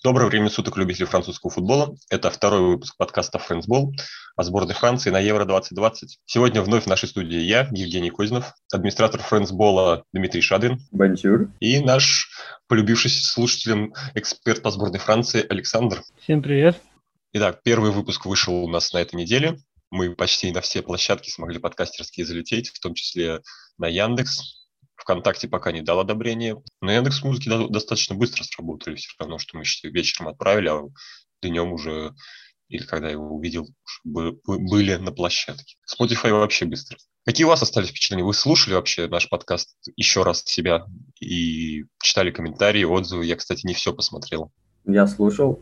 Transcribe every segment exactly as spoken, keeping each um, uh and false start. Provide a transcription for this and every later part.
Доброго времени суток, любители французского футбола. Это второй выпуск подкаста «Френдсбол» о сборной Франции на Евро двадцать двадцать. Сегодня вновь в нашей студии я, Евгений Козинов, администратор Френдсбола Дмитрий Шадрин. Бонжур. И наш полюбившийся слушателям эксперт по сборной Франции Александр. Всем привет. Итак, первый выпуск вышел у нас на этой неделе. Мы почти на все площадки смогли подкастерские залететь, в том числе на Яндекс. ВКонтакте пока не дал одобрения. На Яндекс.Музыке достаточно быстро сработали. Все равно, что мы вечером отправили, а днем уже, или когда я его увидел, были на площадке. Spotify вообще быстро. Какие у вас остались впечатления? Вы слушали вообще наш подкаст еще раз себя и читали комментарии, отзывы? Я, кстати, не все посмотрел. Я слушал.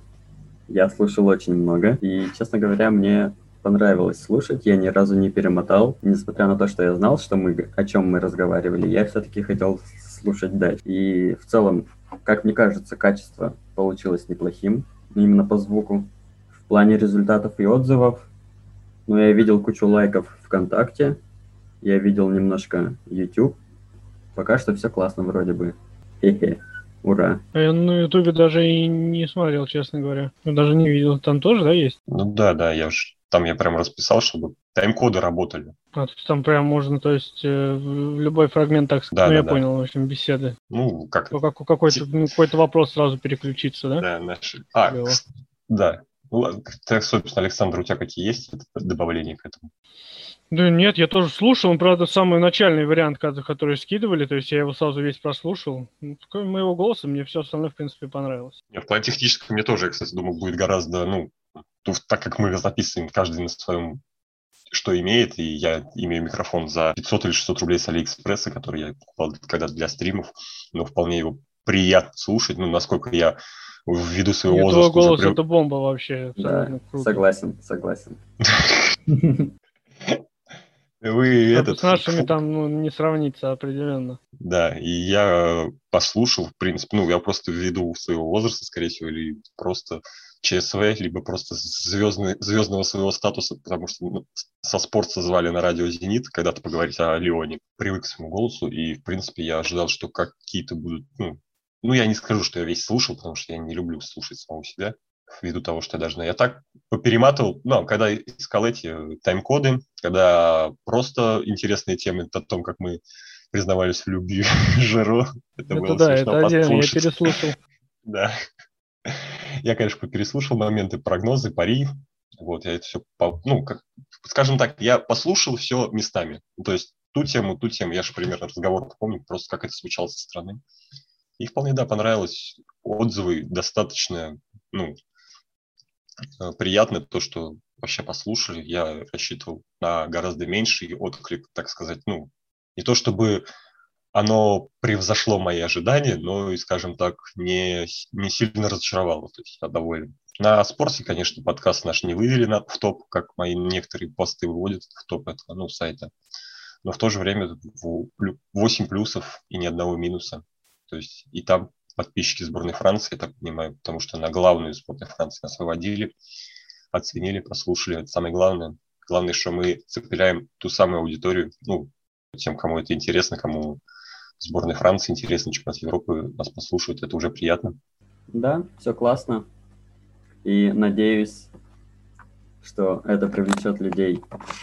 Я слушал очень много. И, честно говоря, мне понравилось слушать, я ни разу не перемотал, несмотря на то, что я знал, что мы, о чем мы разговаривали, я все-таки хотел слушать дальше. И в целом, как мне кажется, качество получилось неплохим, именно по звуку. В плане результатов и отзывов, ну, я видел кучу лайков ВКонтакте, я видел немножко YouTube, пока что все классно вроде бы. Хе-хе. Ура. Я на Ютубе даже и не смотрел, честно говоря. Ну, даже не видел. Там тоже, да, есть? Ну да, да, я уж там я прям расписал, чтобы тайм-коды работали. А, то есть там прям можно, то есть, э, в любой фрагмент, так сказать, да, ну, да, я да. понял, в общем, беседы. Ну, как... То, как какой-то, ну, какой-то вопрос сразу переключиться, да? Да, наши... А, кс... да. Ну, ладно. Так, собственно, Александр, у тебя какие есть добавления к этому? Да нет, я тоже слушал, правда, самый начальный вариант, который скидывали, то есть я его сразу весь прослушал. Моего голоса мне все остальное, в принципе, понравилось. В плане техническом мне тоже, я, кстати, думаю, будет гораздо, ну, так как мы записываем каждый на своем, что имеет, и я имею микрофон за пятьсот или шестьсот рублей с Алиэкспресса, который я покупал когда-то для стримов, но вполне его приятно слушать, ну, насколько я ввиду своего Нет, возраста... твой голос уже... это бомба вообще. Да, круто. Согласен, согласен. Вы так, этот... С нашими там ну, не сравнится определенно. Да, и я послушал, в принципе, ну, я просто ввиду своего возраста, скорее всего, или просто ЧСВ, либо просто звездный, звездного своего статуса, потому что ну, со спорта звали на радио «Зенит», когда-то поговорить о Лионе. Привык к своему голосу, и, в принципе, я ожидал, что какие-то будут... Ну, ну, я не скажу, что я весь слушал, потому что я не люблю слушать самого себя, ввиду того, что я даже... Я так поперематывал, ну, когда искал эти тайм-коды, когда просто интересные темы о том, как мы признавались в любви Жиро. Это, это было да, смешно это отдельно, я переслушал. Да. Я, конечно, переслушал моменты, прогнозы, пари. Вот, я это все, ну, как, скажем так, я послушал все местами. То есть ту тему, ту тему, я же примерно разговор помню, просто как это звучало со стороны. И вполне, да, понравилось. Отзывы достаточно, ну, приятно, то, что вообще послушали. Я рассчитывал на гораздо меньший отклик, так сказать, ну, не то чтобы оно превзошло мои ожидания, но и, скажем так, не, не сильно разочаровало. То есть я доволен. На спорте, конечно, подкаст наш не вывели на, в топ, как мои некоторые посты выводят в топ этого ну, сайта. Но в то же время восемь плюсов и ни одного минуса. То есть и там подписчики сборной Франции, я так понимаю, потому что на главную сборную Франции нас выводили, оценили, послушали. Это самое главное. Главное, что мы цепляем ту самую аудиторию, ну, тем, кому это интересно, кому сборной Франции интересно, чемпионат Европы, нас послушают, это уже приятно. Да, все классно. И надеюсь, что это привлечет людей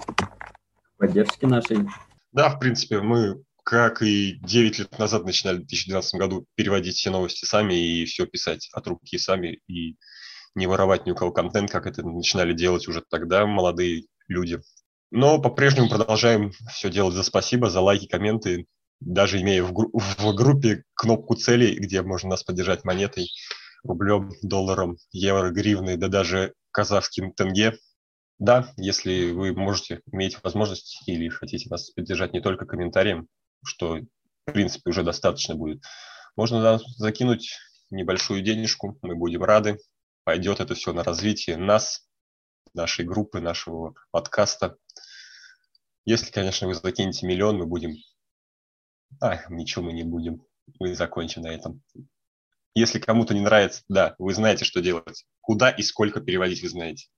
к поддержке нашей. Да, в принципе, мы, как и девять лет назад, начинали в две тысячи двенадцатом году переводить все новости сами и все писать от руки сами, и не воровать ни у кого контент, как это начинали делать уже тогда молодые люди. Но по-прежнему продолжаем все делать за спасибо, за лайки, комменты, даже имея в, гру- в группе кнопку целей, где можно нас поддержать монетой, рублем, долларом, евро, гривной, да даже казахским тенге. Да, если вы можете, имеете возможность или хотите нас поддержать не только комментарием, что, в принципе, уже достаточно будет, можно нам закинуть небольшую денежку, мы будем рады. Пойдет это все на развитие нас, нашей группы, нашего подкаста. Если, конечно, вы закинете миллион, мы будем... А, ничего мы не будем. Мы закончим на этом. Если кому-то не нравится, да, вы знаете, что делать. Куда и сколько переводить, вы знаете.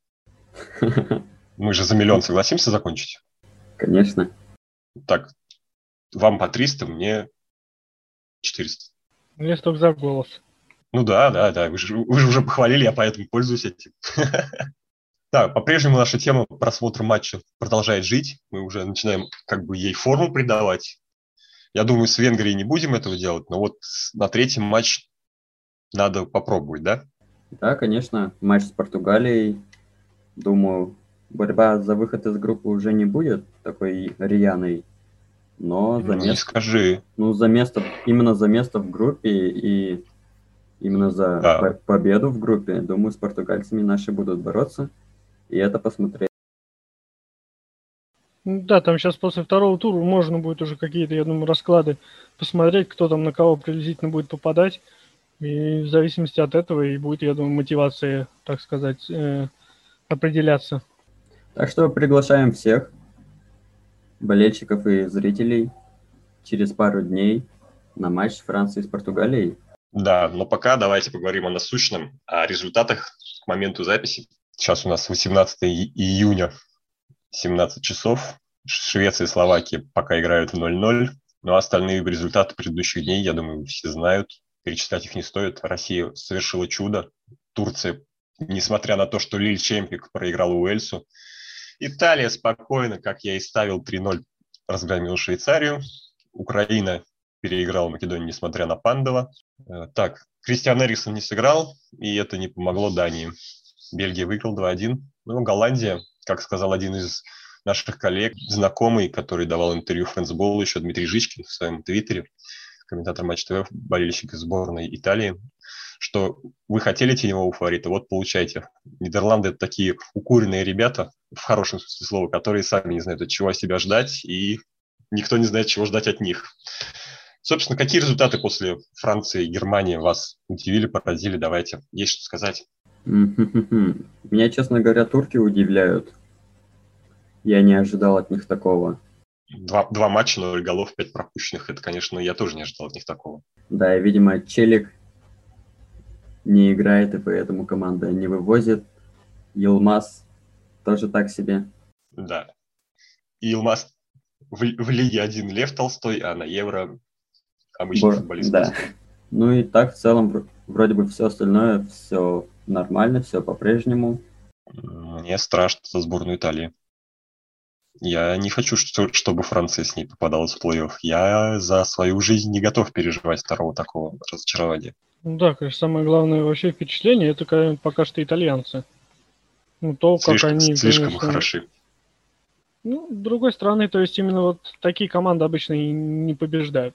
Мы же за миллион согласимся закончить? Конечно. Так, вам по триста, мне четыреста. Мне столько за голос. Ну да, да, да, вы же, вы же уже похвалили, я поэтому пользуюсь этим. Да, по-прежнему наша тема просмотра матча продолжает жить. Мы уже начинаем как бы ей форму придавать. Я думаю, с Венгрией не будем этого делать, но вот на третьем матч надо попробовать, да? Да, конечно, матч с Португалией. Думаю, борьба за выход из группы уже не будет такой рьяной, но за Ну, не место, скажи. ну, за место, именно за место в группе и именно за по- Да, победу в группе, думаю, с португальцами наши будут бороться, и это посмотреть. Ну да, там сейчас после второго тура можно будет уже какие-то, я думаю, расклады посмотреть, кто там на кого приблизительно будет попадать. И в зависимости от этого и будет, я думаю, мотивация, так сказать, э, определяться. Так что приглашаем всех болельщиков и зрителей через пару дней на матч Франции с Португалией. да, но пока давайте поговорим о насущном, о результатах к моменту записи. Сейчас у нас восемнадцатое июня, семнадцать часов. Швеция и Словакия пока играют в ноль-ноль. Но остальные результаты предыдущих дней, я думаю, все знают. Перечислять их не стоит. Россия совершила чудо. Турция, несмотря на то, что Лиль Чемпик проиграл Уэльсу. Италия спокойно, как я и ставил, три-ноль разгромила Швейцарию. Украина переиграла Македонию, несмотря на Пандова. Так, Кристиан Эриксон не сыграл, и это не помогло Дании. Бельгия выиграл два-один. Ну, Голландия, как сказал один из наших коллег, знакомый, который давал интервью Фрэнсболу, еще Дмитрий Жичкин в своем твиттере, комментатор Матч ТВ, болельщик сборной Италии, что вы хотели теневого фаворита, вот получайте. Нидерланды – это такие укуренные ребята, в хорошем смысле слова, которые сами не знают, от чего себя ждать, и никто не знает, чего ждать от них. Собственно, какие результаты после Франции и Германии вас удивили, поразили? Давайте, есть что сказать. Меня, честно говоря, турки удивляют. Я не ожидал от них такого. Два, два матча, ноль голов, пять пропущенных. Это, конечно, я тоже не ожидал от них такого. Да, и, видимо, Челик не играет, и поэтому команда не вывозит. Йылмаз тоже так себе. Да. И Йылмаз в, в Лиге один Лев Толстой, а на Евро обычный Бор... футболист. Да. Ну и так, в целом, вроде бы все остальное, все нормально, все по-прежнему. Мне страшно за сборную Италии. Я не хочу, что, чтобы Франция с ней попадалась в плей-офф. Я за свою жизнь не готов переживать второго такого разочарования. Ну да, конечно, самое главное вообще впечатление, это, конечно, пока что итальянцы. Ну, то, Слишком, как они, слишком конечно... хороши. Ну, с другой стороны, то есть именно вот такие команды обычно и не побеждают.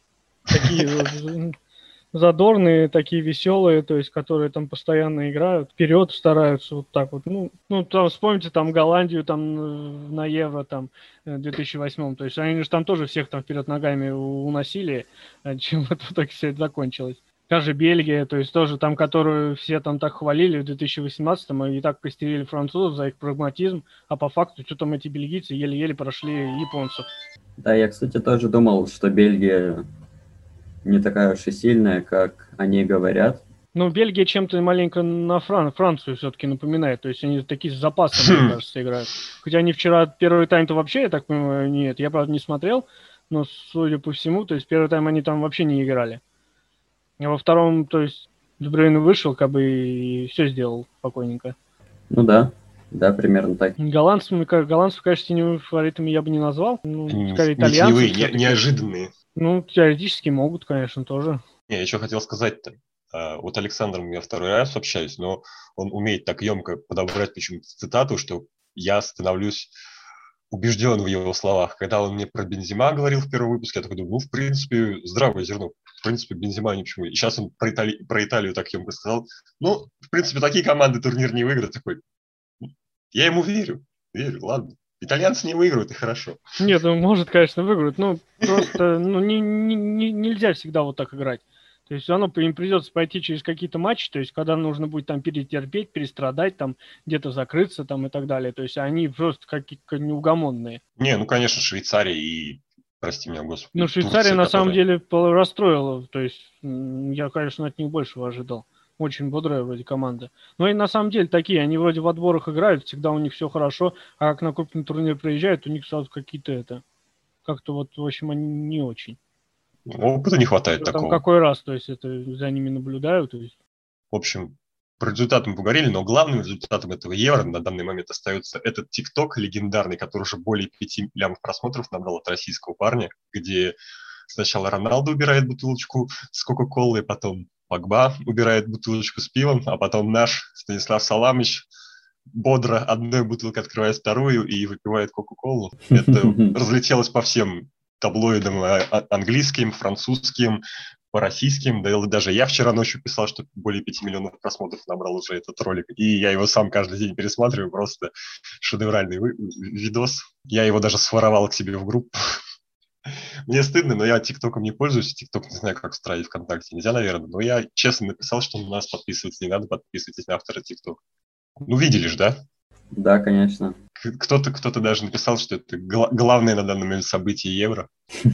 Такие задорные, такие веселые, то есть, которые там постоянно играют, вперед стараются вот так вот. Ну, ну там вспомните там Голландию там на Евро там в две тысячи восьмом, то есть они же там тоже всех там вперед ногами уносили, чем в итоге все это закончилось. Даже Бельгия, то есть тоже там, которую все там так хвалили в две тысячи восемнадцатом и так костерили французов за их прагматизм, а по факту что там эти бельгийцы еле-еле прошли японцев. Да, я, кстати, тоже думал, что Бельгия не такая уж и сильная, как они говорят. Ну, Бельгия чем-то маленько на Фран... Францию все-таки напоминает. То есть они такие с запасом, мне кажется, играют. Хотя они вчера первый тайм-то вообще, я так понимаю, нет. Я, правда, не смотрел, но, судя по всему, то есть первый тайм они там вообще не играли. А во втором, то есть, Де Брuyне вышел, как бы, и все сделал спокойненько. Ну да, да, примерно так. Голландцев, голландцев, конечно, теневыми фаворитами я бы не назвал. Ну, скорее, итальянцы. Не теневые, не, неожиданные. Ну, теоретически могут, конечно, тоже. Не, я еще хотел сказать-то. Вот Александром я второй раз общаюсь, но он умеет так емко подобрать почему-то цитату, что я становлюсь убежден в его словах. Когда он мне про Бензима говорил в первом выпуске, я такой думаю, ну, в принципе, здравое зерно. В принципе, Бензима ни почему. И сейчас он про, Итали... про Италию так емко сказал. Ну, в принципе, такие команды турнир не выиграют. Такой, я ему верю. Верю, ладно. Итальянцы не выиграют, и хорошо. Нет, ну, может, конечно, выиграют, но просто ну, не, не, не, нельзя всегда вот так играть. То есть все равно им придется пойти через какие-то матчи, то есть когда нужно будет там перетерпеть, перестрадать, там где-то закрыться там и так далее. То есть они просто какие-то неугомонные. Не, ну, конечно, Швейцария и, прости меня, господи, Ну, Швейцария Турция, на которая... самом деле расстроила. То есть я, конечно, от них большего ожидал. Очень бодрая вроде команда. Но и на самом деле такие, они вроде в отборах играют, всегда у них все хорошо, а как на крупный турнир приезжают, у них сразу какие-то это... Как-то вот, в общем, они не очень. Опыта не хватает Ну, там такого. какой раз, то есть это за ними наблюдаю, то есть. В общем, про результаты мы поговорили, но главным результатом этого Евро на данный момент остается этот ТикТок легендарный, который уже более пяти миллионов просмотров набрал от российского парня, где сначала Роналду убирает бутылочку с Кока-Колой, потом Погба убирает бутылочку с пивом, а потом наш Станислав Саламович бодро одной бутылкой открывает вторую и выпивает Кока-Колу. Это разлетелось по всем таблоидам английским, французским, по российским. Да, даже я вчера ночью писал, что более пяти миллионов просмотров набрал уже этот ролик. И я его сам каждый день пересматриваю. Просто шедевральный видос. Я его даже своровал к себе в группу. Мне стыдно, но я ТикТоком не пользуюсь. ТикТок не знаю, как встраивать ВКонтакте. Нельзя, наверное. Но я честно написал, что на нас подписываться не надо. Подписывайтесь на автора ТикТок. Ну, видели же, да? Да, конечно. Кто-то, кто-то даже написал, что это гла- главное на данный момент событие Евро.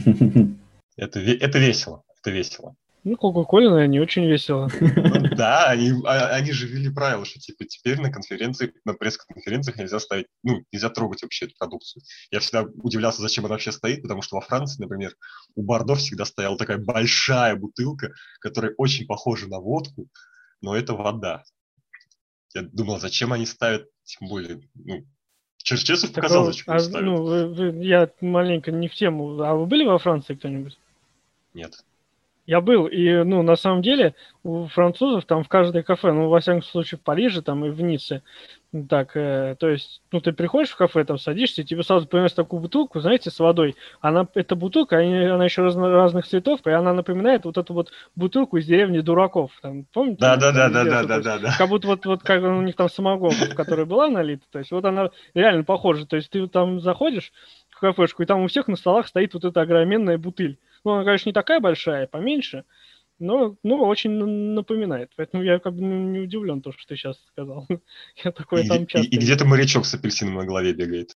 Это, это весело. Это весело. Ну, Кока-Кола, наверное, не очень весело. Ну, да, они, они же ввели правило, что типа теперь на конференциях, на пресс-конференциях нельзя ставить, ну, нельзя трогать вообще эту продукцию. Я всегда удивлялся, зачем она вообще стоит, потому что во Франции, например, у Бордо всегда стояла такая большая бутылка, которая очень похожа на водку, но это вода. Я думал, зачем они ставят, тем более, ну, Черчесов показал, Так, зачем а, они ставят. ну, вы, вы, я маленько не в тему. А вы были во Франции кто-нибудь? Нет. Я был, и, ну, на самом деле, у французов там в каждой кафе, ну, во всяком случае, в Париже там и в Ницце, так, э, то есть, ну, ты приходишь в кафе, там садишься, и тебе сразу приносят такую бутылку, знаете, с водой. Она, эта бутылка, она, она еще разно, разных цветов, и она напоминает вот эту вот бутылку из деревни дураков. Там, помните? Да, да, там, да, да, да, вот, да, да, да. Как будто вот, вот как у них там самогонка, в которой была налита, то есть, вот она реально похожа. То есть, ты там заходишь в кафешку, и там у всех на столах стоит вот эта огроменная бутыль. Ну, она, конечно, не такая большая, поменьше, но, ну, очень напоминает. Поэтому я как бы не удивлен, то, что ты сейчас сказал. Я такое И, там часто и, и где-то морячок с апельсином на голове бегает.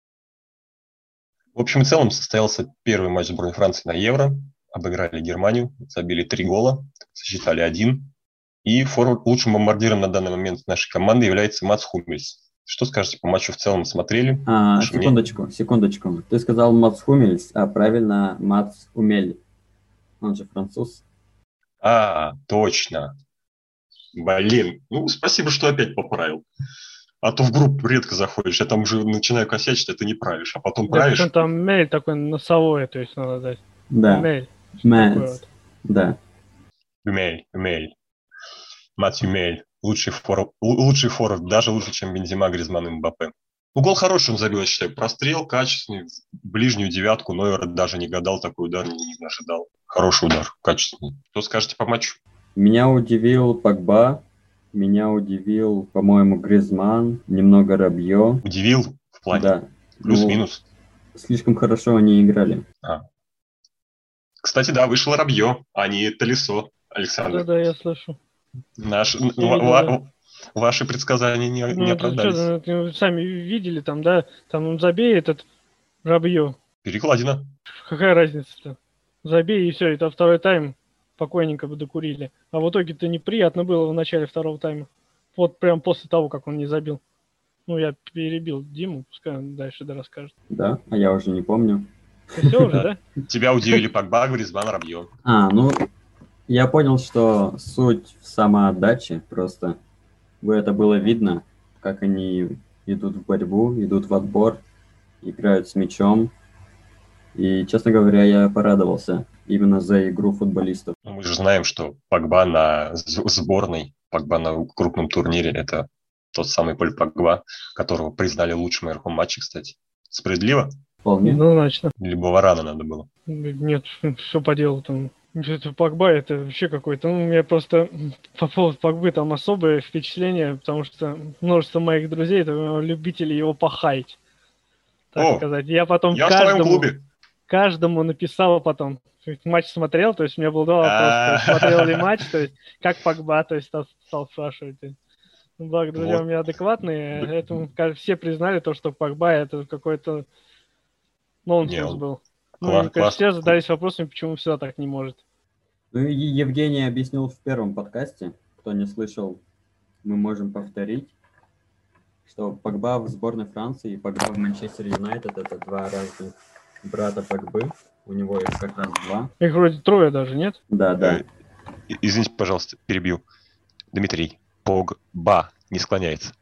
В общем и целом состоялся первый матч сборной Франции на Евро. Обыграли Германию, забили три гола, сосчитали один. И форвард, лучшим бомбардиром на данный момент нашей команды является Матс Хуммельс. Что скажете по матчу в целом? Смотрели? А, секундочку, мнение? секундочку. Ты сказал Матс Хуммельс, а правильно Матс Умель. Он же француз. А, точно. Блин, ну спасибо, что опять поправил. А то в группу редко заходишь, я там уже начинаю косячить, а ты не правишь, а потом да, правишь. Причем там мель такой носовой, то есть надо дать. Да. Мель. Вот. Да. Мель, Мель. Матью Мель. Лучший форвард, лучший форвард, даже лучше, чем Бензема, Гризман и Мбаппе. Ну, гол хороший он забил, я считаю. Прострел качественный, ближнюю девятку, Нойер даже не гадал, такой удар не, не ожидал. Хороший удар, качественный. Что скажете по матчу? Меня удивил Погба, меня удивил, по-моему, Гризман, немного Рабье. Удивил в плане? Да. Плюс-минус? Ну, слишком хорошо они играли. А. Кстати, да, вышел Рабье, а не Толесо, Александр. Да-да, я слышу. Наш, видели, ва- да. Ваши предсказания не, ну, не оправдались. Что, вы сами видели там, да? Там он забей этот Рабье. Перекладина. Какая разница-то? Забей и все, это второй тайм. Спокойненько бы докурили. А в итоге-то неприятно было в начале второго тайма. Вот прям после того, как он не забил. Ну, я перебил Диму, пускай он дальше да расскажет. Да, а я уже не помню. Все уже, да? Тебя удивили Погба, Гризман, Рабье. А, ну, я понял, что суть в самоотдаче просто. Вы это было видно, как они идут в борьбу, идут в отбор, играют с мячом. И, честно говоря, я порадовался именно за игру футболистов. Мы же знаем, что Погба на сборной, Погба на крупном турнире – это тот самый Поль Погба, которого признали лучшим игроком матча, кстати. Справедливо? Вполне. Однозначно. Либо Варана надо было? Нет, все по делу там. Это Погба, это вообще какой-то... Ну, у меня просто по поводу Погбы там особое впечатление, потому что множество моих друзей, это любители его похаять. Так О, сказать. Я потом я каждому... в твоем клубе. Каждому написал потом. Матч смотрел, то есть у меня был два вопроса. Смотрел ли матч, то есть как Погба, то есть стал спрашивать. Ну, благо, друзья у меня адекватные, поэтому все признали то, что Погба это какой-то нонсенс был. Ну, и все задались вопросами, почему всегда так не может. Ну и Евгений объяснил в первом подкасте, кто не слышал, мы можем повторить, что Погба в сборной Франции и Погба в Манчестер Юнайтед это два разных брата Погбы. У него их как раз два. Их вроде трое даже, нет? Да, да. Э, Извините, пожалуйста, перебью. Дмитрий, Погба не склоняется.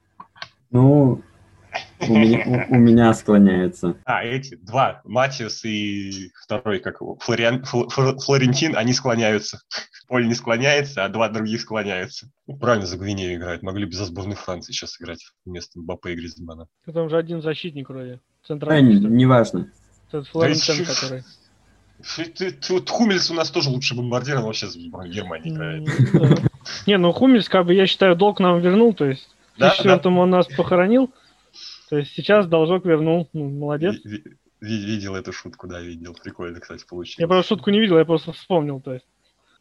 Ну, у меня, у, у меня склоняется. А, эти два, Матиас и второй, как его, Флориан, Фл- Фл- Флорентин, они склоняются. Поль не склоняется, а два других склоняются. Ну, правильно, за Гвинею играют. Могли бы за сборную Франции сейчас играть вместо Мбаппе и Гризманна. Там же один защитник вроде. Э, Центральный, что ли? неважно. Этот Да Флорентен, еще- который. Ты- ты- вот Хумельс у нас тоже лучший бомбардир, он вообще в сборной Германии играет. М, да. Не, ну Хумельс, как бы, я считаю, долг нам вернул, то есть в Да, две тысячи четвёртом он нас похоронил, то есть сейчас должок вернул. Ну, молодец. Ви- ви- ви- Видел эту шутку, да, видел. Прикольно, кстати, получилось. Я просто шутку не видел, я просто вспомнил, то есть.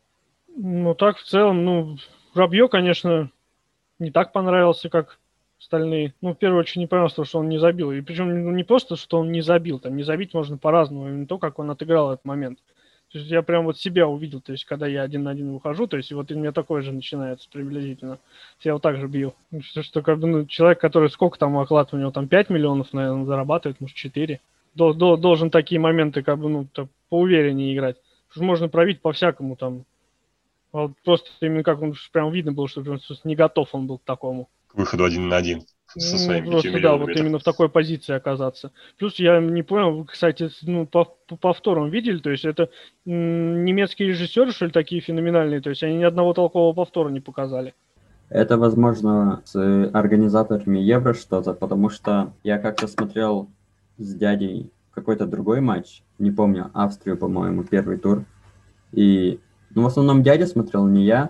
Ну, так, в целом, ну, Рабье, конечно, не так понравился, как остальные. Ну, в первую очередь, не понравилось то, что он не забил. И причем ну, не просто, что он не забил, там, не забить можно по-разному, именно то, как он отыграл этот момент. То есть я прям вот себя увидел, то есть когда я один на один выхожу, то есть и вот у меня такое же начинается приблизительно. Я вот так же бью. Что, что как бы, ну, человек, который сколько там оклад у него, там пять миллионов, наверное, зарабатывает, может четыре. До, до, должен такие моменты как бы, ну, так, поувереннее играть. Потому что можно пробить по-всякому там. А вот просто именно как он прям видно было, что он не готов он был к такому. К выходу один на один со Ну, своими просто, пятью да, миллионами. вот именно в такой позиции оказаться. Плюс я не понял, вы, кстати, ну, по, по повторам видели, то есть это м, немецкие режиссеры, что ли, такие феноменальные, то есть они ни одного толкового повтора не показали. Это, возможно, с организаторами Евро что-то, потому что я как-то смотрел с дядей какой-то другой матч, не помню, Австрию, по-моему, первый тур. И, ну, в основном дядя смотрел, не я,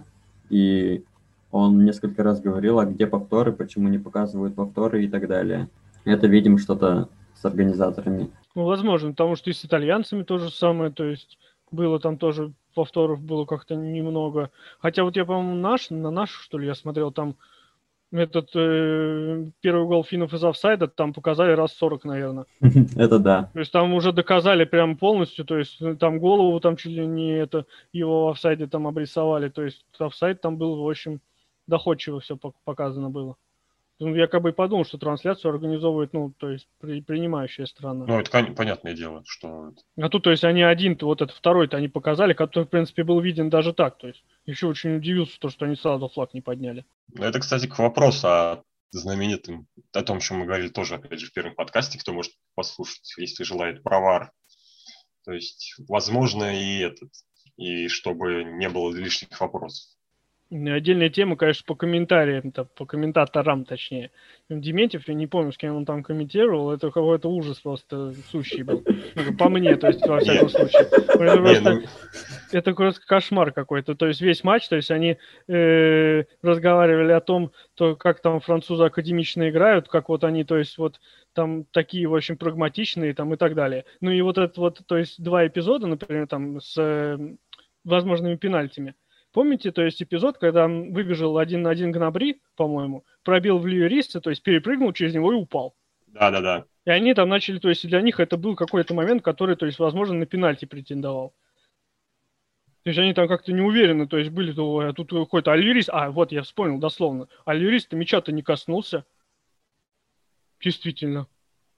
и он несколько раз говорил, а где повторы, почему не показывают повторы и так далее. Это, видимо, что-то с организаторами. Ну, возможно, потому что и с итальянцами то же самое, то есть было там тоже повторов было как-то немного. Хотя вот я, по-моему, наш, на наш, что ли, я смотрел, там этот э, первый гол финнов из офсайда там показали раз сорок, наверное. Это да. То есть там уже доказали прям полностью, то есть ну, там голову там чуть ли не это, его в офсайде там обрисовали, то есть офсайд там был, в общем, доходчиво все показано было. Ну, я как бы и подумал, что трансляцию организовывает, ну, то есть при, принимающая страна. Ну, это кон- понятное дело, что... А тут, то есть, они один-то, вот этот второй-то они показали, который, в принципе, был виден даже так, то есть. Еще очень удивился, то, что они сразу флаг не подняли. Ну, это, кстати, к вопросу о знаменитом, о том, чем мы говорили тоже, опять же, в первом подкасте, кто может послушать, если желает, про вар. То есть, возможно, и этот, и чтобы не было лишних вопросов. Отдельная тема, конечно, по комментариям, по комментаторам, точнее. Дементьев, я не помню, с кем он там комментировал, это какой-то ужас просто сущий был. Ну, по мне, то есть, во всяком случае. Это просто, это просто кошмар какой-то. То есть, весь матч, то есть, они э, разговаривали о том, то, как там французы академично играют, как вот они, то есть, вот там такие, в общем, прагматичные там и так далее. Ну, и вот это вот, то есть, два эпизода, например, там, с э, возможными пенальтями. Помните, то есть эпизод, когда выбежал один на один Гнабри, по-моему, пробил в Льюриса, то есть перепрыгнул через него и упал. Да-да-да. И они там начали, то есть для них это был какой-то момент, который, то есть, возможно, на пенальти претендовал. То есть они там как-то не уверены, то есть были, то, а тут какой-то Альюрис, а вот я вспомнил дословно, Альюрис-то мяча-то не коснулся. Действительно.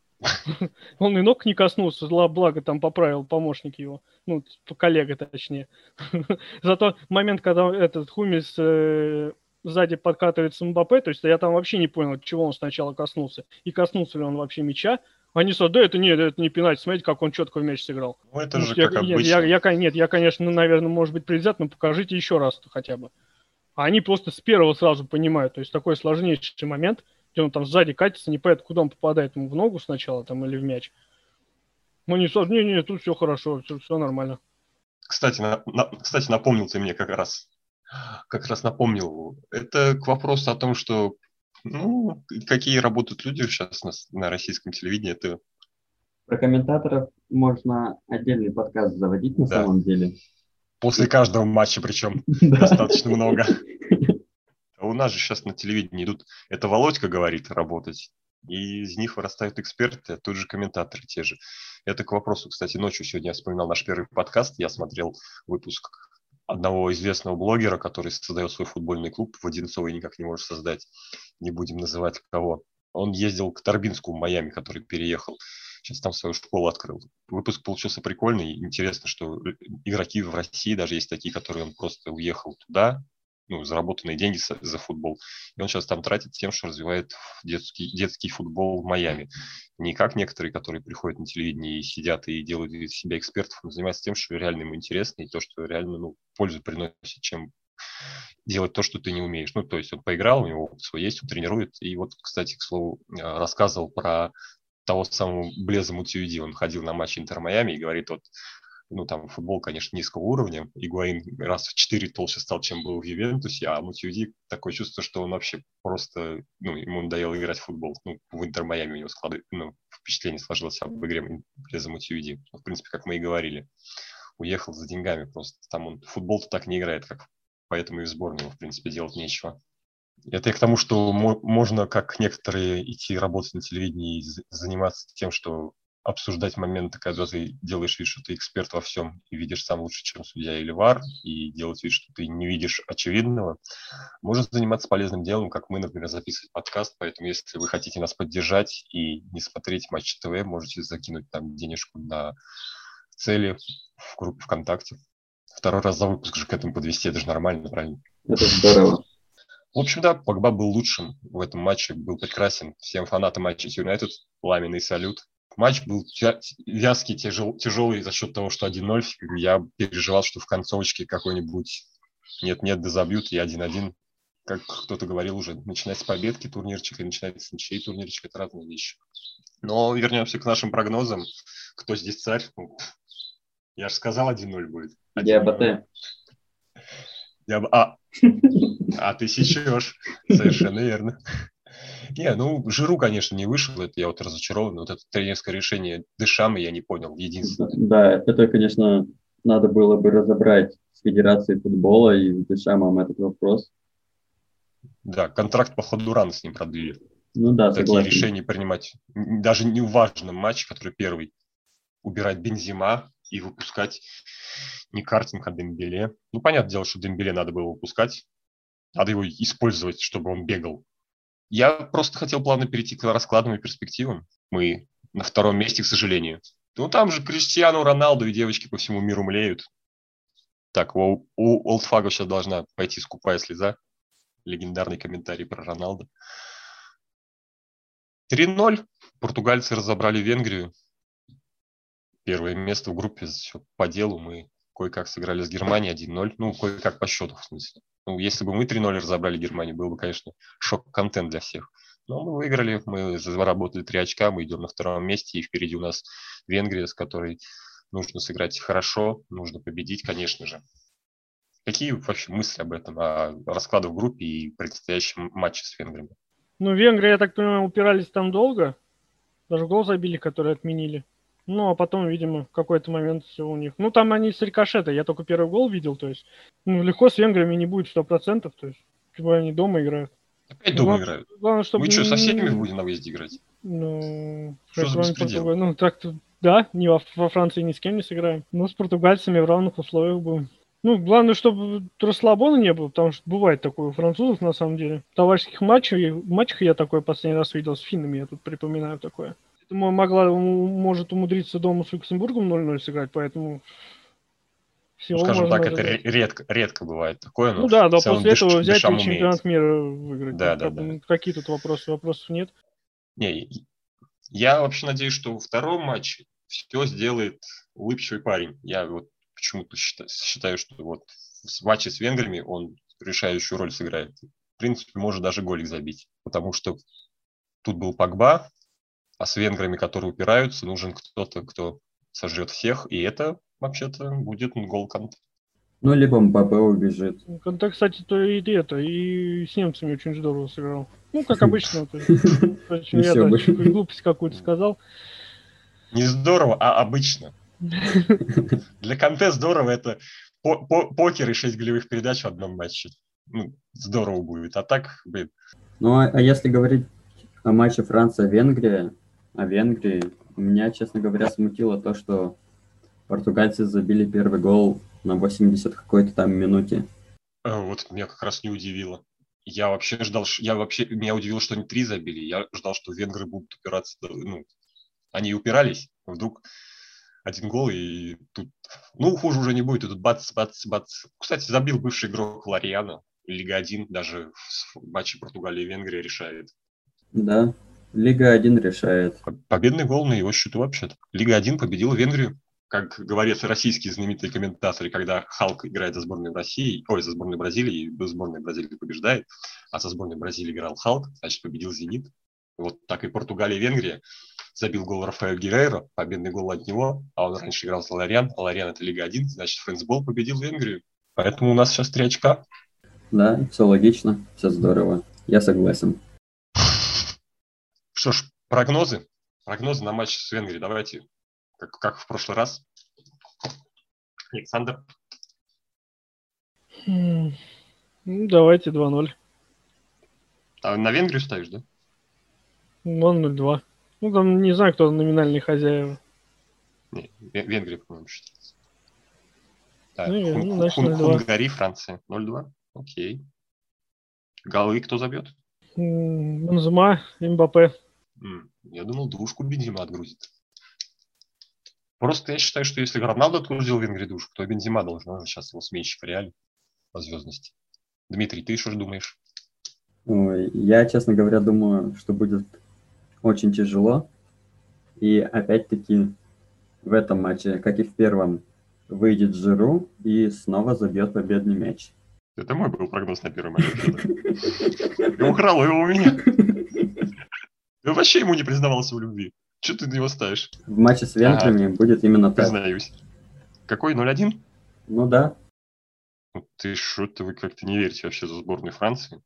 Он и ног не коснулся, благо там поправил помощник его, ну, коллега точнее. Зато момент, когда этот Хумельс э, сзади подкатывается Мбаппе, то есть я там вообще не понял, чего он сначала коснулся. И коснулся ли он вообще мяча. Они сказали, да, это не, это не пенальти, смотрите, как он четко в мяч сыграл. Ну, это ну, же я, как нет, обычно. Я, я, нет, я, конечно, ну, наверное, может быть, предвзят, но покажите еще раз хотя бы. А они просто с первого сразу понимают, то есть такой сложнейший момент, где он там сзади катится, не понятно, куда он попадает, ему в ногу сначала там или в мяч. Ну, не, не, не, тут все хорошо, все, все нормально. Кстати, на, на, кстати, напомнил ты мне как раз, как раз напомнил. Это к вопросу о том, что, ну, какие работают люди сейчас на, на российском телевидении. Это... Про комментаторов можно отдельный подкаст заводить на Да. самом деле. После каждого матча причем достаточно много. А у нас же сейчас на телевидении идут, это Володька говорит, работать, и из них вырастают эксперты, а тут же комментаторы те же. Это к вопросу, кстати, ночью сегодня я вспоминал наш первый подкаст, я смотрел выпуск одного известного блогера, который создает свой футбольный клуб, в Одинцово никак не может создать, не будем называть кого. Он ездил к Торбинскому в Майами, который переехал. Сейчас там свою школу открыл. Выпуск получился прикольный. Интересно, что игроки в России даже есть такие, которые он просто уехал туда, ну, заработанные деньги за футбол. И он сейчас там тратит тем, что развивает детский, детский футбол в Майами. Не как некоторые, которые приходят на телевидение и сидят и делают из себя экспертов. Он занимается тем, что реально ему интересно, и то, что реально, ну, пользу приносит, чем делать то, что ты не умеешь. Ну, то есть он поиграл, у него опыт свой есть, он тренирует. И вот, кстати, к слову, рассказывал про того самого Блеза Матюиди. Он ходил на матч Интер-Майами и говорит, вот, ну, там футбол, конечно, низкого уровня. Игуаин раз в четыре толще стал, чем был в Ювентусе, а Матюиди такое чувство, что он вообще просто, ну, ему надоело играть в футбол. Ну, в Интер-Майами у него складывает, ну, впечатление сложилось об игре Блеза Матюиди. В принципе, как мы и говорили. Уехал за деньгами просто. Там он футбол-то так не играет, как поэтому и в сборную, в принципе, делать нечего. Это и к тому, что мо- можно, как некоторые, идти работать на телевидении и з- заниматься тем, что обсуждать моменты, когда ты делаешь вид, что ты эксперт во всем и видишь сам лучше, чем судья или вар, и делать вид, что ты не видишь очевидного. Можно заниматься полезным делом, как мы, например, записывать подкаст, поэтому если вы хотите нас поддержать и не смотреть Матч ТВ, можете закинуть там денежку на цели в группе ВКонтакте. Второй раз за выпуск же к этому подвести, это же нормально, правильно? Это здорово. В общем, да, Погба был лучшим в этом матче, был прекрасен. Всем фанатам Манчестер Юнайтед пламенный салют. Матч был тя- вязкий, тяжел, тяжелый за счет того, что один ноль. Я переживал, что в концовочке какой-нибудь нет-нет, да забьют, и один-один. Как кто-то говорил уже, начинать с победки турнирчика и начинать с ничьей турнирчика – это разные вещи. Но вернемся к нашим прогнозам. Кто здесь царь? Ну, я же сказал, один ноль будет. Диабате. Я бы... А, а ты сечешь. Совершенно верно. Не, ну, Жиру, конечно, не вышел. Это я вот разочарован. Вот это тренерское решение Дешама я не понял. Единственное. Да, это, конечно, надо было бы разобрать с Федерацией футбола и с Дешамом этот вопрос. Да, контракт по ходу рано с ним продлили. Ну да, Такие согласен. решения принимать. Даже не в важном матче, который первый. Убирать Бензима и выпускать не Картинг, а Дембеле. Ну, понятное дело, что Дембеле надо было выпускать. Надо его использовать, чтобы он бегал. Я просто хотел плавно перейти к раскладным и перспективам. Мы на втором месте, к сожалению. Ну, там же Криштиану Роналду и девочки по всему миру млеют. Так, у, у Олдфага сейчас должна пойти скупая слеза. Легендарный комментарий про Роналду. три ноль. Португальцы разобрали Венгрию. Первое место в группе, все по делу. Мы кое-как сыграли с Германией один ноль. Ну, кое-как по счету, в смысле. Ну, если бы мы три ноль разобрали Германию, был бы, конечно, шок-контент для всех. Но мы выиграли, мы заработали три очка, мы идем на втором месте, и впереди у нас Венгрия, с которой нужно сыграть хорошо, нужно победить, конечно же. Какие вообще мысли об этом, о раскладе в группе и предстоящем матче с Венграми? Ну, Венгрия, я так понимаю, упирались там долго. Даже гол забили, который отменили. Ну, а потом, видимо, в какой-то момент все у них. Ну, там они с рикошета. Я только первый гол видел, то есть. Ну, легко с венграми не будет сто процентов, то есть. Типа они дома играют. Опять дома Глав... играют. Главное, чтобы... Мы что, со всеми будем на выезде играть? Ну, Что за беспредел? Португалии. Ну, так-то, да, не во, во Франции ни с кем не сыграем. Но с португальцами в равных условиях будем. Ну, главное, чтобы расслабона не было, потому что бывает такое у французов, на самом деле. В товарищеских матчах, матчах я такое последний раз видел с финнами, я тут припоминаю такое. Поэтому могла, может умудриться дома с Люксембургом ноль ноль сыграть, поэтому всего Ну, скажем можно так, ожидать. это редко, редко бывает такое. Но ну да, но целом после Деш, этого взять и Дешам чемпионат умеет. мира выиграть. Да, Ну, да, как бы, да. ну, какие тут вопросы? Вопросов нет. Не, я вообще надеюсь, что во втором матче все сделает улыбчивый парень. Я вот почему-то считаю, считаю, что вот в матче с венграми он решающую роль сыграет. В принципе, может даже голик забить. Потому что тут был Погба, а с венграми, которые упираются, нужен кто-то, кто сожрет всех. И это вообще-то будет гол Канте. Ну, либо Мбаппе убежит. Канте, кстати, то и это, и с немцами очень здорово сыграл. Ну, как обычно. То есть, очень я Еще бы. даже глупость какую-то сказал. Не здорово, а обычно. Для Канте здорово это по- по- покер и шесть голевых передач в одном матче. Ну, здорово будет. А так, блин. Ну, а, а если говорить о матче Франция-Венгрия, о Венгрии, меня, честно говоря, смутило то, что португальцы забили первый гол на восемьдесят какой-то там минуте. э, Вот меня как раз не удивило. Я вообще ждал, ш- я вообще, меня удивило, что они три забили. Я ждал, что венгры будут упираться, до- ну, Они упирались, вдруг один гол, и тут, ну, хуже уже не будет, и тут бац, бац, бац. Кстати, забил бывший игрок Лориано, Лига один, даже в матче Португалии и Венгрии решает. Да, Лига один решает. Победный гол на его счету вообще-то. Лига один победила Венгрию. Как говорят российские знаменитые комментаторы, когда Халк играет за сборную России, ой, за сборную Бразилии, и сборная Бразилии побеждает, а за сборной Бразилии играл Халк, значит, победил Зенит. Вот так и Португалия и Венгрия. Забил гол Рафаэль Геррейро, победный гол от него, а он раньше играл за Лориан, а Лориан это Лига один, значит, Фрэнсбол победил Венгрию. Поэтому у нас сейчас три очка. Да, все логично, все здорово. Я согласен. Что ж, прогнозы. Прогнозы на матч с Венгрией. Давайте, как, как в прошлый раз. Александр. Ну, давайте два ноль. А на Венгрию ставишь, да? ноль два. Ну, там не знаю, кто номинальный хозяева. Не, Венгрия, по-моему, считается. Так, Ну, Хун, ну, Хун, значит, Хун, ноль два. Хунгари, Франция. ноль два. Окей. Голы кто забьет? Бензема, Мбаппе. М, Я думал, двушку Бензема отгрузит. Просто я считаю, что если Роналдо отгрузил в Венгрии двушку, то Бензема должен сейчас его сменщик в Реале по звездности. Дмитрий, ты что же думаешь? Ой, я, честно говоря, думаю, что будет очень тяжело. И опять-таки в этом матче, как и в первом, выйдет Жиру и снова забьет победный мяч. Это мой был прогноз на первый матч. Ты украл его у меня. Ты вообще ему не признавался в любви. Что ты на него ставишь? В матче с Венгриями Ага. будет именно так. Признаюсь. Какой? ноль один? Ну да. Ну, ты что-то вы как-то не верите вообще за сборную Франции.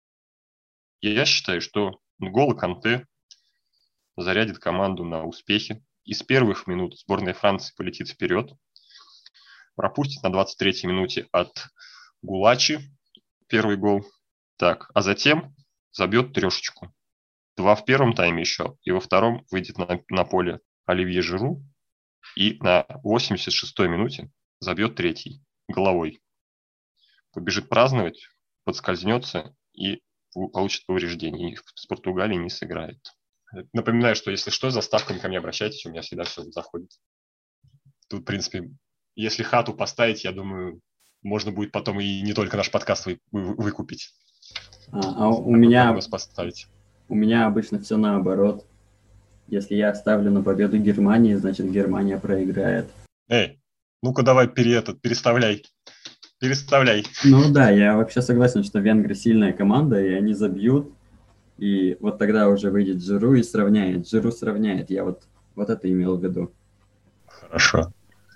И я считаю, что голы Канте зарядит команду на успехи. И с первых минут сборная Франции полетит вперед. Пропустит на двадцать третьей минуте от Гулачи первый гол. Так, а затем забьет трешечку. Два в первом тайме еще, и во втором выйдет на, на поле Оливье Жиру. И на восемьдесят шестой минуте забьет третий головой. Побежит праздновать, подскользнется и получит повреждение. И с Португалией не сыграет. Напоминаю, что если что, за ставками ко мне обращайтесь, у меня всегда все заходит. Тут, в принципе, если хату поставить, я думаю, можно будет потом и не только наш подкаст вы, вы, выкупить. А, а у, меня, поставить. у меня обычно все наоборот. Если я ставлю на победу Германии, значит Германия проиграет. Эй, ну-ка давай пере, этот, переставляй. Переставляй. Ну да, я вообще согласен, что Венгрия сильная команда, и они забьют. И вот тогда уже выйдет Жиру и сравняет. Жиру сравняет. Я вот, вот это имел в виду. Хорошо.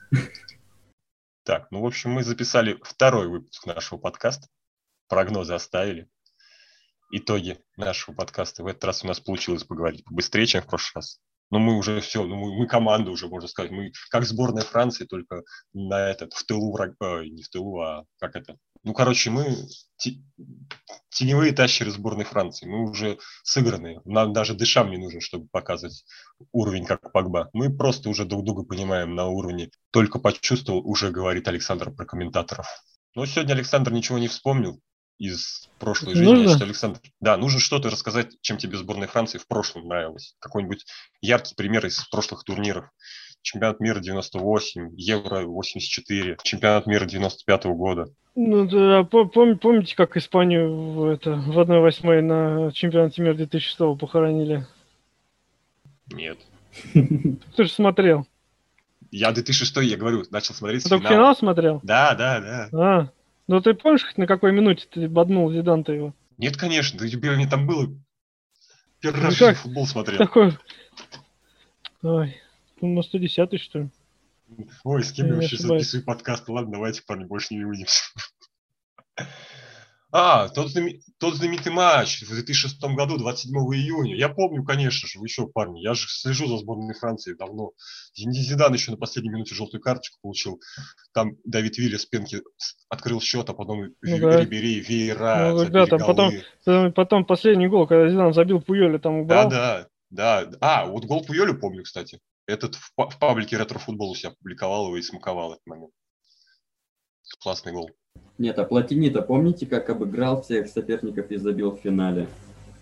Так, ну, в общем, мы записали второй выпуск нашего подкаста. Прогнозы оставили. Итоги нашего подкаста. В этот раз у нас получилось поговорить побыстрее, чем в прошлый раз. Но мы уже все, ну мы, мы команда уже, можно сказать. Мы как сборная Франции, только на этот, в тылу врага, ой, не в тылу, а как это. Ну, короче, мы те, теневые тащеры сборной Франции. Мы уже сыгранные. Нам даже Дешам не нужен, чтобы показывать уровень, как Погба. Мы просто уже друг друга понимаем на уровне. Только почувствовал, уже говорит Александр про комментаторов. Но сегодня Александр ничего не вспомнил из прошлой жизни. Нужно? Я считаю, Александр, да, нужно что-то рассказать, чем тебе сборная Франции в прошлом нравилось. Какой-нибудь яркий пример из прошлых турниров. Чемпионат мира девяносто восемь, Евро восемьдесят четыре, чемпионат мира девяносто пятого года. Ну да, пом- помните, как Испанию в, это, в одна восьмой на чемпионате мира две тысячи шестого похоронили? Нет. Кто же смотрел? Я две тысячи шестой, я говорю, начал смотреть с Только финала. финал смотрел? Да, да, да. А, ну ты помнишь, на какой минуте ты боднул Зидан-то его? Нет, конечно, да тебе мне там было. Первый Ну раз в как? жизни футбол смотрел. Такой... Ой, ну на сто десятый, что ли? Ой, с кем Я я не вообще ошибаюсь. записываю подкаст? Ладно, давайте, парни, больше не увидимся. А, тот, знаме... тот знаменитый матч в две тысячи шестом году, двадцать седьмого июня. Я помню, конечно же, вы еще, парни, я же слежу за сборной Франции давно. Зидан еще на последней минуте желтую карточку получил. Там Давид Вилля с пенки открыл счет, а потом Ну да. Рибери, Вейра, Ну забили да, там голы. потом, потом, потом последний гол, когда Зидан забил Пуйоля, там убрал. Да, да, да. А, вот гол Пуйолю помню, кстати. Этот в, в паблике ретро-футбол у себя публиковал его и смаковал этот момент. Классный гол. Нет, а Платини-то помните, как обыграл всех соперников и забил в финале?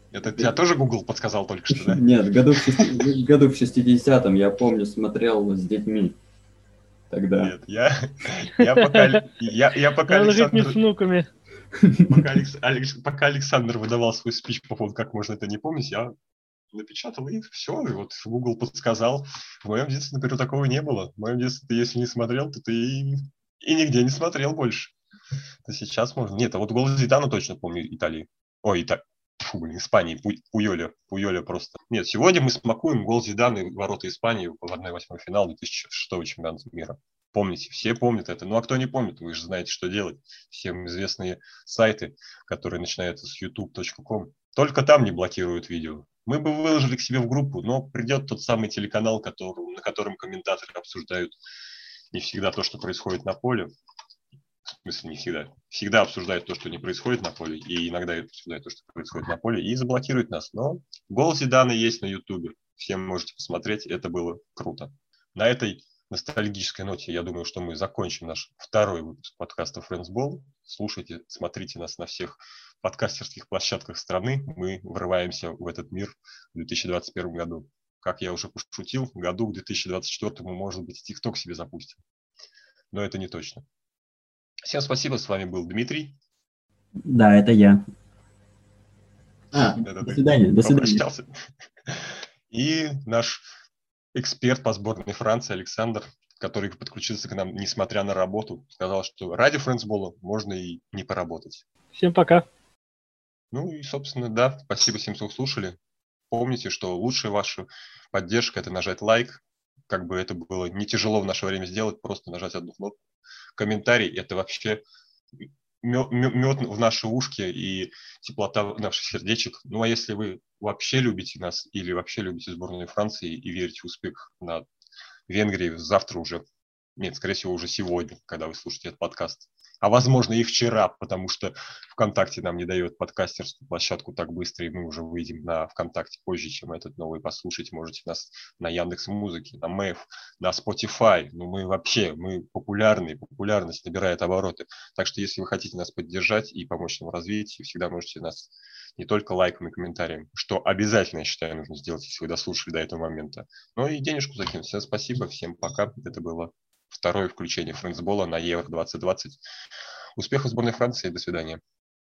Это тебя тоже Google подсказал только что, да? Нет, году в, шести... году в шестидесятом, я помню, смотрел с детьми тогда. Нет, я, я пока, я, я пока Надо жить не Александр... с внуками. Пока, Алекс, Алекс, пока Александр выдавал свой спич по поводу, как можно это не помнить, я напечатал, и все, и вот Google подсказал. В моем детстве, например, такого не было. В моем детстве ты, если не смотрел, то ты и, и нигде не смотрел больше. То сейчас можно... Нет, а вот голос Зидана точно помню, Италии. Ой, Ита... Фу, блин, Испании, Пу... Пуйоля, Пуйоля просто. Нет, сегодня мы смакуем гол Зидана и ворота Испании в одна восьмой финала две тысячи шестого чемпионата мира. Помните, все помнят это. Ну, а кто не помнит, вы же знаете, что делать. Всем известные сайты, которые начинаются с ютуб точка ком. Только там не блокируют видео. Мы бы выложили к себе в группу, но придет тот самый телеканал, который, на котором комментаторы обсуждают не всегда то, что происходит на поле. В смысле, не всегда. Всегда обсуждают то, что не происходит на поле, и иногда обсуждают то, что происходит на поле, и заблокируют нас. Но гол Зидана есть на ютубе. Всем можете посмотреть, это было круто. На этой ностальгической ноте, я думаю, что мы закончим наш второй выпуск подкаста Friendsball. Слушайте, смотрите нас на всех подкастерских площадках страны. Мы врываемся в этот мир в две тысячи двадцать первом году. Как я уже пошутил, году к две тысячи двадцать четвёртому, может быть, TikTok себе запустим. Но это не точно. Всем спасибо, с вами был Дмитрий. Да, это я. А, это до свидания, до свидания. И наш эксперт по сборной Франции Александр, который подключился к нам, несмотря на работу, сказал, что ради френдсбола можно и не поработать. Всем пока. Ну и, собственно, да, спасибо всем, что слушали. Помните, что лучшая ваша поддержка – это нажать лайк. Как бы это было не тяжело в наше время сделать, просто нажать одну кнопку. Комментарий – это вообще мед, мед в наши ушки и теплота наших сердечек. Ну а если вы вообще любите нас или вообще любите сборную Франции и верите в успех над Венгрией завтра уже, нет, скорее всего, уже сегодня, когда вы слушаете этот подкаст, а возможно и вчера, потому что ВКонтакте нам не дает подкастерскую площадку так быстро, и мы уже выйдем на ВКонтакте позже, чем этот новый. Послушать можете нас на Яндекс.Музыке, на Мэв, на Spotify. Ну, мы вообще, мы популярны, популярность набирает обороты. Так что, если вы хотите нас поддержать и помочь нам в развитии, всегда можете нас не только лайком и комментарием, что обязательно, я считаю, нужно сделать, если вы дослушали до этого момента, но и денежку закинуть. Всем спасибо, всем пока. Это было второе включение френдсбола на Евро двадцать двадцать. Успехов сборной Франции, до свидания.